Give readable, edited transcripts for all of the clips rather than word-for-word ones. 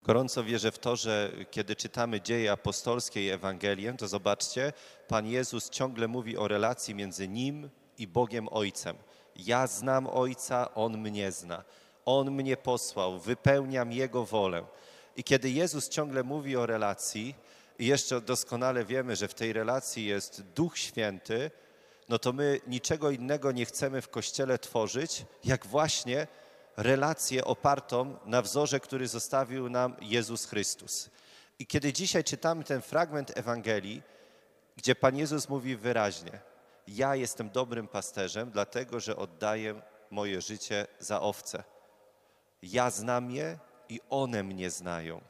Gorąco wierzę w to, że kiedy czytamy Dzieje Apostolskie i Ewangelię, to zobaczcie, Pan Jezus ciągle mówi o relacji między Nim i Bogiem Ojcem. Ja znam Ojca, On mnie zna. On mnie posłał, wypełniam Jego wolę. I kiedy Jezus ciągle mówi o relacji i jeszcze doskonale wiemy, że w tej relacji jest Duch Święty, no to my niczego innego nie chcemy w Kościele tworzyć, jak właśnie relację opartą na wzorze, który zostawił nam Jezus Chrystus. I kiedy dzisiaj czytamy ten fragment Ewangelii, gdzie Pan Jezus mówi wyraźnie: ja jestem dobrym pasterzem, dlatego że oddaję moje życie za owce. Ja znam je i one mnie znają.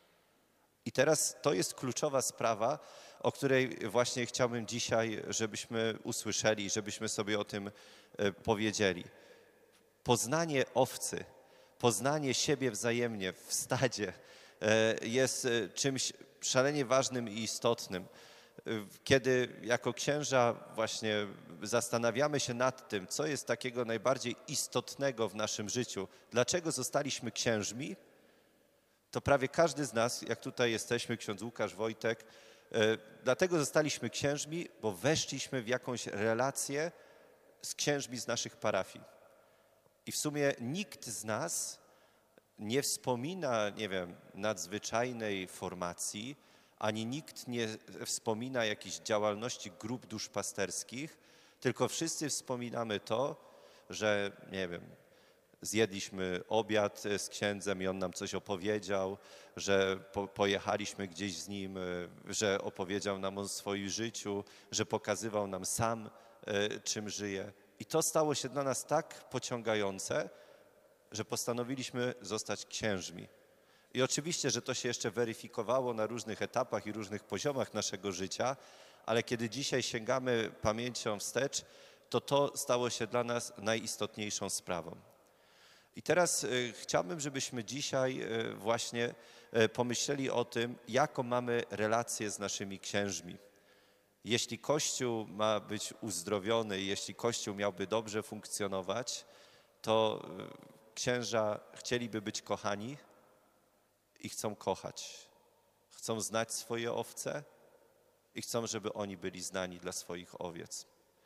I teraz to jest kluczowa sprawa, o której właśnie chciałbym dzisiaj, żebyśmy usłyszeli, żebyśmy sobie o tym powiedzieli. Poznanie owcy, poznanie siebie wzajemnie w stadzie jest czymś szalenie ważnym i istotnym. Kiedy jako księża właśnie zastanawiamy się nad tym, co jest takiego najbardziej istotnego w naszym życiu, dlaczego zostaliśmy księżmi, to prawie każdy z nas, jak tutaj jesteśmy, ksiądz Łukasz, Wojtek, dlatego zostaliśmy księżmi, bo weszliśmy w jakąś relację z księżmi z naszych parafii. I w sumie nikt z nas nie wspomina, nie wiem, nadzwyczajnej formacji, ani nikt nie wspomina jakiejś działalności grup duszpasterskich, tylko wszyscy wspominamy to, że, nie wiem, zjedliśmy obiad z księdzem i on nam coś opowiedział, że pojechaliśmy gdzieś z nim, że opowiedział nam o swoim życiu, że pokazywał nam sam, czym żyje. I to stało się dla nas tak pociągające, że postanowiliśmy zostać księżmi. I oczywiście, że to się jeszcze weryfikowało na różnych etapach i różnych poziomach naszego życia, ale kiedy dzisiaj sięgamy pamięcią wstecz, to stało się dla nas najistotniejszą sprawą. I teraz chciałbym, żebyśmy dzisiaj właśnie pomyśleli o tym, jaką mamy relację z naszymi księżmi. Jeśli Kościół ma być uzdrowiony, jeśli Kościół miałby dobrze funkcjonować, to księża chcieliby być kochani i chcą kochać. Chcą znać swoje owce i chcą, żeby oni byli znani dla swoich owiec.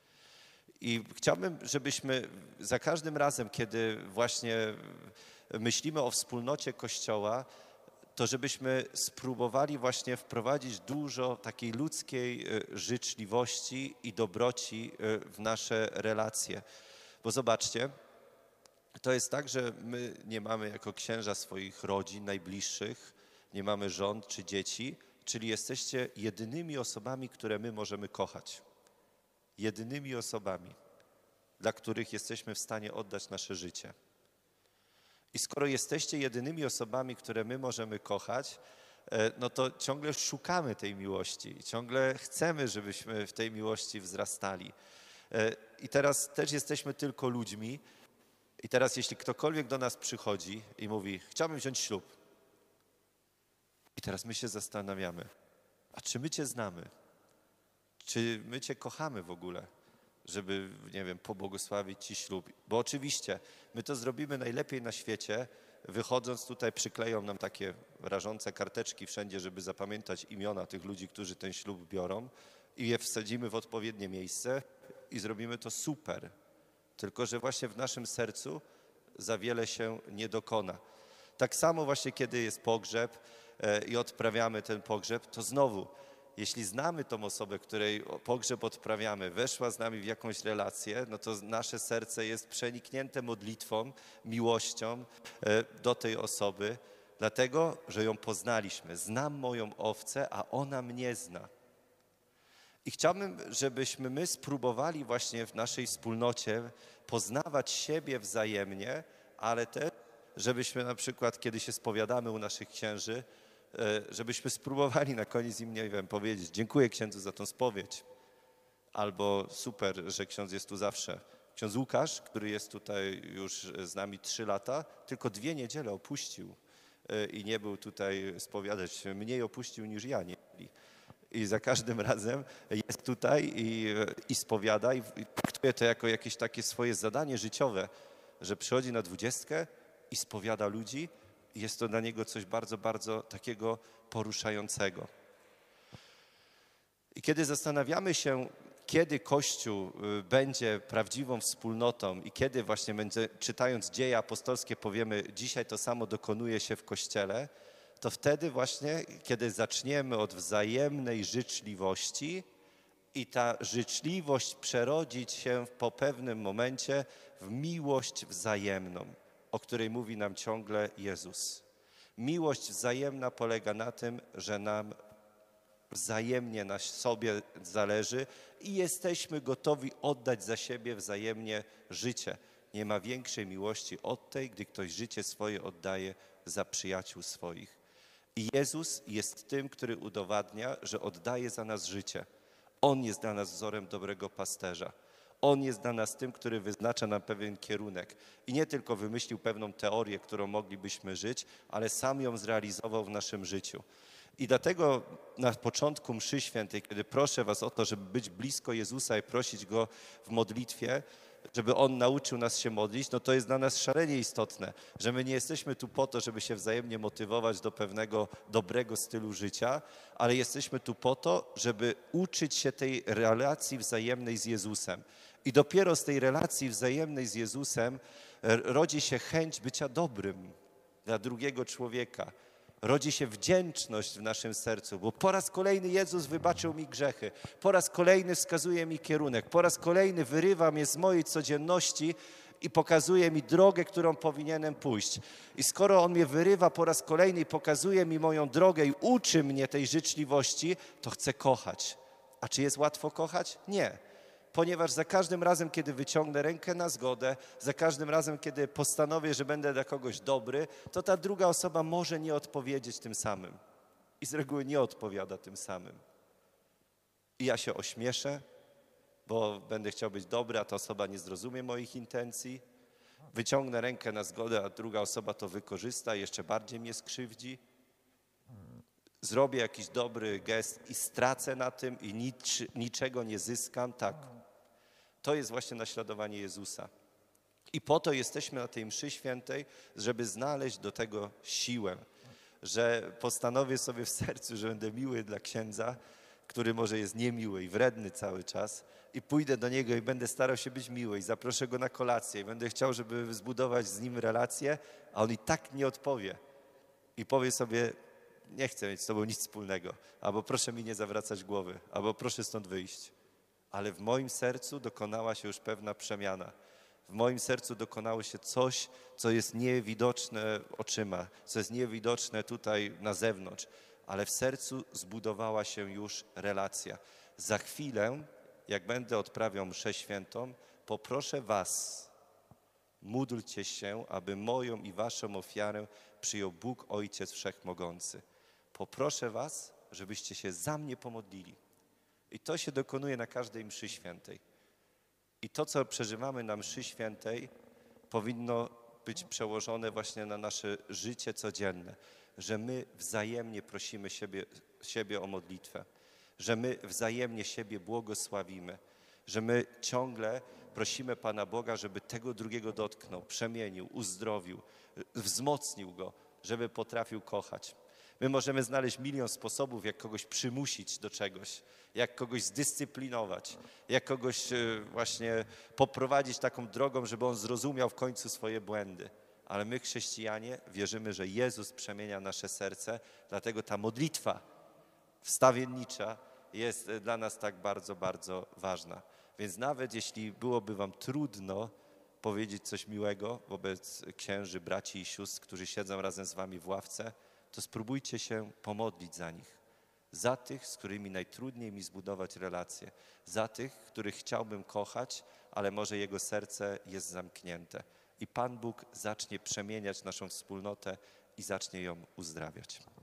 I chciałbym, żebyśmy za każdym razem, kiedy właśnie myślimy o wspólnocie Kościoła, to żebyśmy spróbowali właśnie wprowadzić dużo takiej ludzkiej życzliwości i dobroci w nasze relacje. Bo zobaczcie, to jest tak, że my nie mamy jako księża swoich rodzin najbliższych, nie mamy żon czy dzieci, czyli jesteście jedynymi osobami, które my możemy kochać. Jedynymi osobami, dla których jesteśmy w stanie oddać nasze życie. I skoro jesteście jedynymi osobami, które my możemy kochać, no to ciągle szukamy tej miłości. Ciągle chcemy, żebyśmy w tej miłości wzrastali. I teraz też jesteśmy tylko ludźmi. I teraz jeśli ktokolwiek do nas przychodzi i mówi: chciałbym wziąć ślub. I teraz my się zastanawiamy, a czy my Cię znamy? Czy my Cię kochamy w ogóle, żeby, nie wiem, pobłogosławić Ci ślub? Bo oczywiście my to zrobimy najlepiej na świecie, wychodząc tutaj przykleją nam takie rażące karteczki wszędzie, żeby zapamiętać imiona tych ludzi, którzy ten ślub biorą i je wsadzimy w odpowiednie miejsce i zrobimy to super. Tylko że właśnie w naszym sercu za wiele się nie dokona. Tak samo właśnie kiedy jest pogrzeb i odprawiamy ten pogrzeb, to znowu, jeśli znamy tą osobę, której pogrzeb odprawiamy, weszła z nami w jakąś relację, no to nasze serce jest przeniknięte modlitwą, miłością do tej osoby, dlatego, że ją poznaliśmy. Znam moją owcę, a ona mnie zna. I chciałbym, żebyśmy my spróbowali właśnie w naszej wspólnocie poznawać siebie wzajemnie, ale też, żebyśmy na przykład, kiedy się spowiadamy u naszych księży, żebyśmy spróbowali na koniec im, nie wiem, powiedzieć: dziękuję księdzu za tą spowiedź. Albo super, że ksiądz jest tu zawsze. Ksiądz Łukasz, który jest tutaj już z nami 3 lata, tylko 2 niedziele opuścił i nie był tutaj spowiadać. Mniej opuścił niż ja. I za każdym razem jest tutaj i spowiada i traktuje to jako jakieś takie swoje zadanie życiowe, że przychodzi na 20 i spowiada ludzi jest to dla niego coś bardzo, bardzo takiego poruszającego. I kiedy zastanawiamy się, kiedy Kościół będzie prawdziwą wspólnotą i kiedy właśnie czytając Dzieje apostolskie powiemy, dzisiaj to samo dokonuje się w Kościele, to wtedy właśnie, kiedy zaczniemy od wzajemnej życzliwości i ta życzliwość przerodzić się po pewnym momencie w miłość wzajemną, o której mówi nam ciągle Jezus. Miłość wzajemna polega na tym, że nam wzajemnie na sobie zależy i jesteśmy gotowi oddać za siebie wzajemnie życie. Nie ma większej miłości od tej, gdy ktoś życie swoje oddaje za przyjaciół swoich. I Jezus jest tym, który udowadnia, że oddaje za nas życie. On jest dla nas wzorem dobrego pasterza. On jest dla nas tym, który wyznacza nam pewien kierunek. I nie tylko wymyślił pewną teorię, którą moglibyśmy żyć, ale sam ją zrealizował w naszym życiu. I dlatego na początku mszy świętej, kiedy proszę was o to, żeby być blisko Jezusa i prosić Go w modlitwie, żeby On nauczył nas się modlić, no to jest dla nas szalenie istotne, że my nie jesteśmy tu po to, żeby się wzajemnie motywować do pewnego dobrego stylu życia, ale jesteśmy tu po to, żeby uczyć się tej relacji wzajemnej z Jezusem. I dopiero z tej relacji wzajemnej z Jezusem rodzi się chęć bycia dobrym dla drugiego człowieka. Rodzi się wdzięczność w naszym sercu, bo po raz kolejny Jezus wybaczył mi grzechy, po raz kolejny wskazuje mi kierunek, po raz kolejny wyrywa mnie z mojej codzienności i pokazuje mi drogę, którą powinienem pójść. I skoro On mnie wyrywa po raz kolejny i pokazuje mi moją drogę i uczy mnie tej życzliwości, to chcę kochać. A czy jest łatwo kochać? Nie. Ponieważ za każdym razem, kiedy wyciągnę rękę na zgodę, za każdym razem, kiedy postanowię, że będę dla kogoś dobry, to ta druga osoba może nie odpowiedzieć tym samym. I z reguły nie odpowiada tym samym. I ja się ośmieszę, bo będę chciał być dobry, a ta osoba nie zrozumie moich intencji. Wyciągnę rękę na zgodę, a druga osoba to wykorzysta i jeszcze bardziej mnie skrzywdzi. Zrobię jakiś dobry gest i stracę na tym i niczego nie zyskam. Tak. To jest właśnie naśladowanie Jezusa. I po to jesteśmy na tej mszy świętej, żeby znaleźć do tego siłę, że postanowię sobie w sercu, że będę miły dla księdza, który może jest niemiły i wredny cały czas i pójdę do niego i będę starał się być miły i zaproszę go na kolację i będę chciał, żeby zbudować z nim relację, a on i tak nie odpowie i powie sobie, nie chcę mieć z tobą nic wspólnego, albo proszę mi nie zawracać głowy, albo proszę stąd wyjść. Ale w moim sercu dokonała się już pewna przemiana. W moim sercu dokonało się coś, co jest niewidoczne oczyma, co jest niewidoczne tutaj na zewnątrz, ale w sercu zbudowała się już relacja. Za chwilę, jak będę odprawiał mszę świętą, poproszę was, módlcie się, aby moją i waszą ofiarę przyjął Bóg Ojciec Wszechmogący. Poproszę was, żebyście się za mnie pomodlili. I to się dokonuje na każdej mszy świętej. I to, co przeżywamy na mszy świętej, powinno być przełożone właśnie na nasze życie codzienne. Że my wzajemnie prosimy siebie o modlitwę. Że my wzajemnie siebie błogosławimy. Że my ciągle prosimy Pana Boga, żeby tego drugiego dotknął, przemienił, uzdrowił, wzmocnił go, żeby potrafił kochać. My możemy znaleźć milion sposobów, jak kogoś przymusić do czegoś, jak kogoś zdyscyplinować, jak kogoś właśnie poprowadzić taką drogą, żeby on zrozumiał w końcu swoje błędy. Ale my, chrześcijanie, wierzymy, że Jezus przemienia nasze serce, dlatego ta modlitwa wstawiennicza jest dla nas tak bardzo, bardzo ważna. Więc nawet jeśli byłoby wam trudno powiedzieć coś miłego wobec księży, braci i sióstr, którzy siedzą razem z wami w ławce, to spróbujcie się pomodlić za nich. Za tych, z którymi najtrudniej mi zbudować relacje. Za tych, których chciałbym kochać, ale może jego serce jest zamknięte. I Pan Bóg zacznie przemieniać naszą wspólnotę i zacznie ją uzdrawiać.